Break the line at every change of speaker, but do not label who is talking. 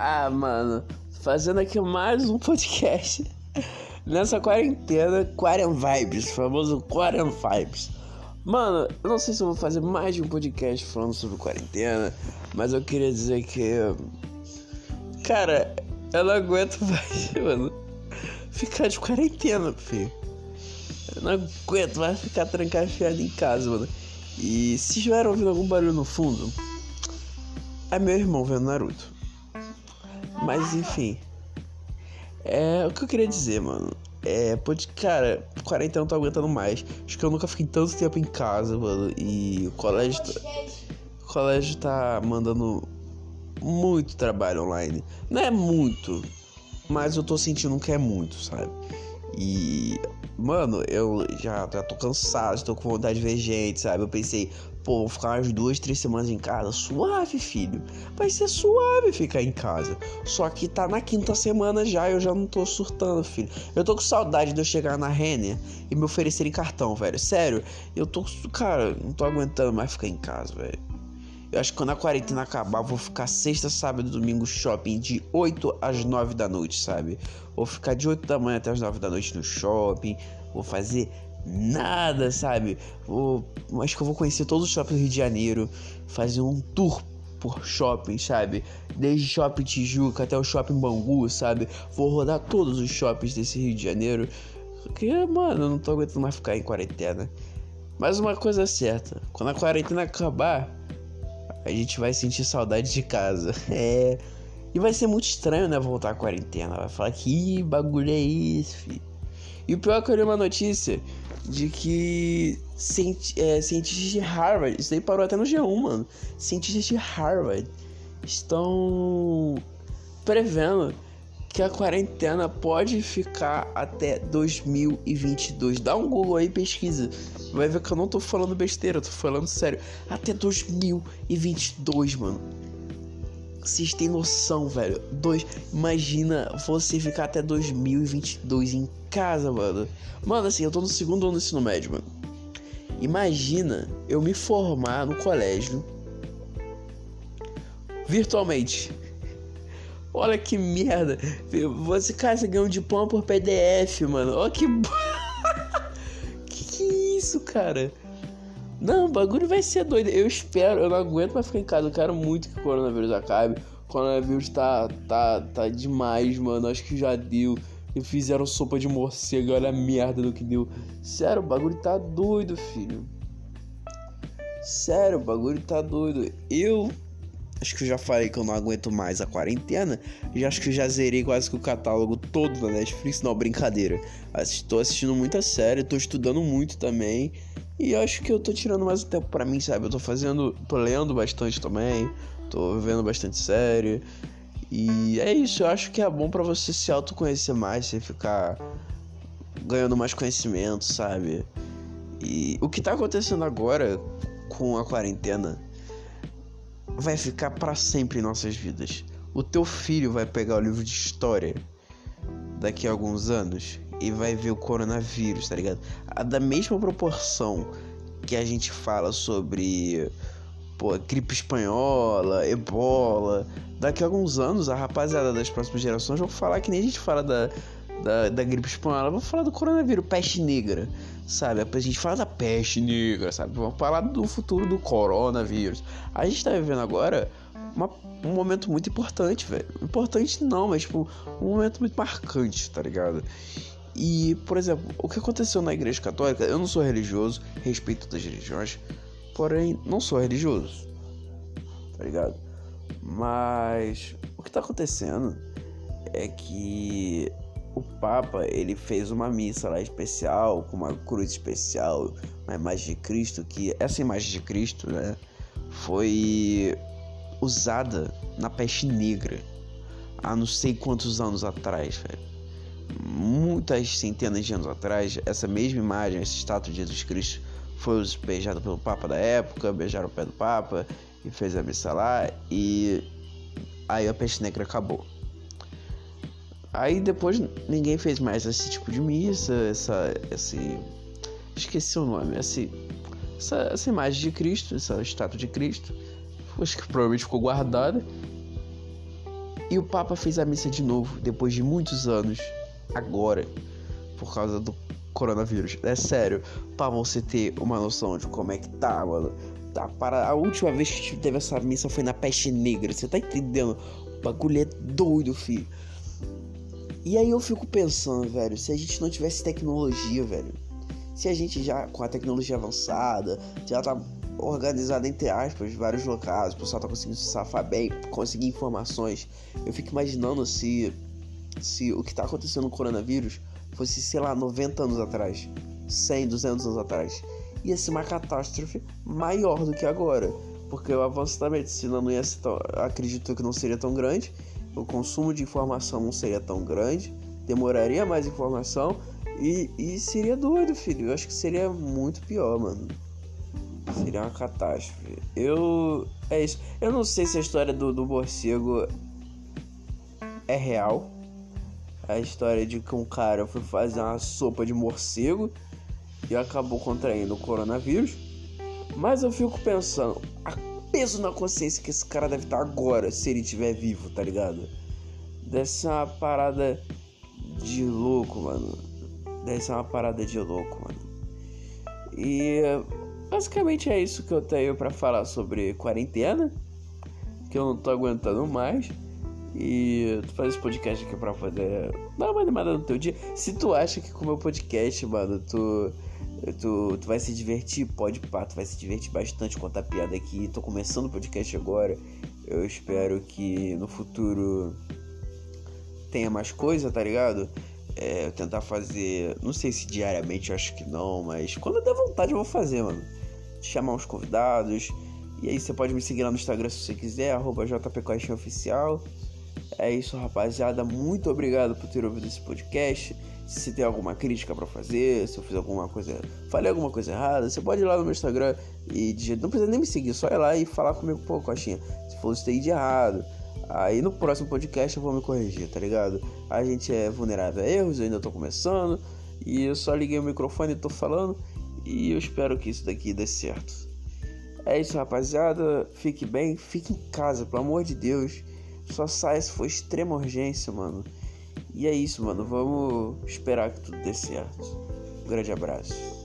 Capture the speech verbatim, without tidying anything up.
Ah, mano, fazendo aqui mais um podcast nessa quarentena, Quaran Vibes, famoso Quaran Vibes. Mano, eu não sei se eu vou fazer mais de um podcast falando sobre quarentena, mas eu queria dizer que, cara, eu não aguento mais, mano, ficar de quarentena, filho. Eu não aguento mais ficar trancafiado em casa, mano. E se estiver ouvindo algum barulho no fundo, é meu irmão vendo Naruto. Mas enfim, é o que eu queria dizer, mano. É, pode, cara, quarentena eu não tô aguentando mais. Acho que eu nunca fiquei tanto tempo em casa, mano. E o colégio tá, o colégio tá mandando muito trabalho online. Não é muito, mas eu tô sentindo que é muito, sabe? E, mano, eu já, já tô cansado, tô com vontade de ver gente, sabe? Eu pensei, pô, vou ficar umas duas, três semanas em casa. Suave, filho. Vai ser suave ficar em casa. Só que tá na quinta semana já e eu já não tô surtando, filho. Eu tô com saudade de eu chegar na Renner e me oferecerem cartão, velho. Sério, eu tô, cara, não tô aguentando mais ficar em casa, velho. Eu acho que quando a quarentena acabar, eu vou ficar sexta, sábado e domingo shopping de oito às nove da noite, sabe? Vou ficar de oito da manhã até as nove da noite no shopping. Vou fazer nada, sabe? Vou, acho que eu vou conhecer todos os shoppings do Rio de Janeiro. Fazer um tour por shopping, sabe? Desde Shopping Tijuca até o Shopping Bangu, sabe? Vou rodar todos os shoppings desse Rio de Janeiro. Porque, mano, eu não tô aguentando mais ficar em quarentena. Mas uma coisa é certa, quando a quarentena acabar, a gente vai sentir saudade de casa. É. E vai ser muito estranho, né? Voltar à quarentena. Vai falar que bagulho é esse, filho. E o pior é que eu li uma notícia de que cienti- é, cientistas de Harvard. Isso daí parou até no G um, mano. Cientistas de Harvard estão prevendo que a quarentena pode ficar até dois mil e vinte e dois. Dá um Google aí e pesquisa. Vai ver que eu não tô falando besteira, eu tô falando sério. Até dois mil e vinte e dois, mano. Vocês têm noção, velho? Dois... Imagina você ficar até dois mil e vinte e dois em casa, mano. Mano, assim, eu tô no segundo ano do ensino médio, mano. Imagina eu me formar no colégio virtualmente. Olha que merda. Você, cara, você ganhou um diploma por P D F, mano. Olha que... que que é isso, cara? Não, o bagulho vai ser doido. Eu espero, eu não aguento mais ficar em casa. Eu quero muito que o coronavírus acabe. O coronavírus tá, tá, tá demais, mano. Acho que já deu. E fizeram sopa de morcego. Olha a merda do que deu. Sério, o bagulho tá doido, filho. Sério, o bagulho tá doido. Eu... Acho que eu já falei que eu não aguento mais a quarentena. Já acho que eu já zerei quase que o catálogo todo da Netflix. Não, brincadeira. Tô assistindo muita série, tô estudando muito também. E acho que eu tô tirando mais um tempo pra mim, sabe? Eu tô fazendo... Tô lendo bastante também. Tô vendo bastante série. E é isso, eu acho que é bom pra você se autoconhecer mais. Você ficar ganhando mais conhecimento, sabe? E o que tá acontecendo agora com a quarentena vai ficar pra sempre em nossas vidas. O teu filho vai pegar o livro de história daqui a alguns anos e vai ver o coronavírus, tá ligado? Da mesma proporção que a gente fala sobre, pô, gripe espanhola, ebola, daqui a alguns anos a rapaziada das próximas gerações vão falar que nem a gente fala da, da, da gripe espanhola, vão falar do coronavírus, peste negra, sabe? A gente fala da peste negra, sabe? Vamos falar do futuro do coronavírus. A gente tá vivendo agora uma, um momento muito importante, velho. Importante não, mas tipo, um momento muito marcante, tá ligado? E, por exemplo, o que aconteceu na Igreja Católica, eu não sou religioso, respeito todas as religiões, porém, não sou religioso, tá ligado? Mas o que tá acontecendo é que o Papa, ele fez uma missa lá especial, com uma cruz especial, uma imagem de Cristo, que essa imagem de Cristo, né, foi usada na peste negra há não sei quantos anos atrás, velho. Muitas centenas de anos atrás, essa mesma imagem, essa estátua de Jesus Cristo foi beijada pelo Papa da época, beijaram o pé do Papa e fez a missa lá, e aí a peste negra acabou. Aí depois ninguém fez mais esse tipo de missa, essa, esse, esqueci o nome, esse, essa, essa imagem de Cristo, essa estátua de Cristo, acho que provavelmente ficou guardada. E o Papa fez a missa de novo, depois de muitos anos, agora, por causa do coronavírus. É sério, pra você ter uma noção de como é que tá, mano. Tá, para a última vez que teve essa missa foi na peste negra, você tá entendendo? O bagulho é doido, filho. E aí eu fico pensando, velho, se a gente não tivesse tecnologia, velho, se a gente já, com a tecnologia avançada, já tá organizado, entre aspas, vários locais, o pessoal tá conseguindo se safar bem, conseguir informações. Eu fico imaginando se, se o que tá acontecendo no coronavírus fosse, sei lá, noventa anos atrás, cem, duzentos anos atrás. Ia ser uma catástrofe maior do que agora, porque o avanço da medicina não ia ser tão, acredito que não seria tão grande, o consumo de informação não seria tão grande, demoraria mais informação e, e seria doido, filho. Eu acho que seria muito pior, mano. Seria uma catástrofe. Eu... É isso. Eu não sei se a história do, do morcego é real. A história de que um cara foi fazer uma sopa de morcego e acabou contraindo o coronavírus. Mas eu fico pensando, a peso na consciência que esse cara deve estar agora, se ele estiver vivo, tá ligado? Deve ser uma parada de louco, mano. Deve ser uma parada de louco, mano. E basicamente é isso que eu tenho pra falar sobre quarentena, que eu não tô aguentando mais. E tu faz esse podcast aqui pra poder dar uma animada no teu dia. Se tu acha que com o meu podcast, mano, tu, tu, tu vai se divertir, pode pá, tu vai se divertir bastante, contar piada aqui. Tô começando o podcast agora. Eu espero que no futuro tenha mais coisa, tá ligado? É, eu tentar fazer, não sei se diariamente, eu acho que não, mas quando eu der vontade eu vou fazer, mano. Chamar uns convidados. E aí você pode me seguir lá no Instagram se você quiser, arroba jpcoixinhaoficial. É isso, rapaziada. Muito obrigado por ter ouvido esse podcast. Se você tem alguma crítica pra fazer, se eu fiz alguma coisa, falei alguma coisa errada, você pode ir lá no meu Instagram e digitar, não precisa nem me seguir, só ir lá e falar comigo, pô, Coxinha, se for isso daí de errado. Aí no próximo podcast eu vou me corrigir, tá ligado? A gente é vulnerável a erros, eu ainda tô começando. E eu só liguei o microfone e tô falando. E eu espero que isso daqui dê certo. É isso, rapaziada. Fique bem, fique em casa, pelo amor de Deus. Só saia se for extrema urgência, mano. E é isso, mano. Vamos esperar que tudo dê certo. Um grande abraço.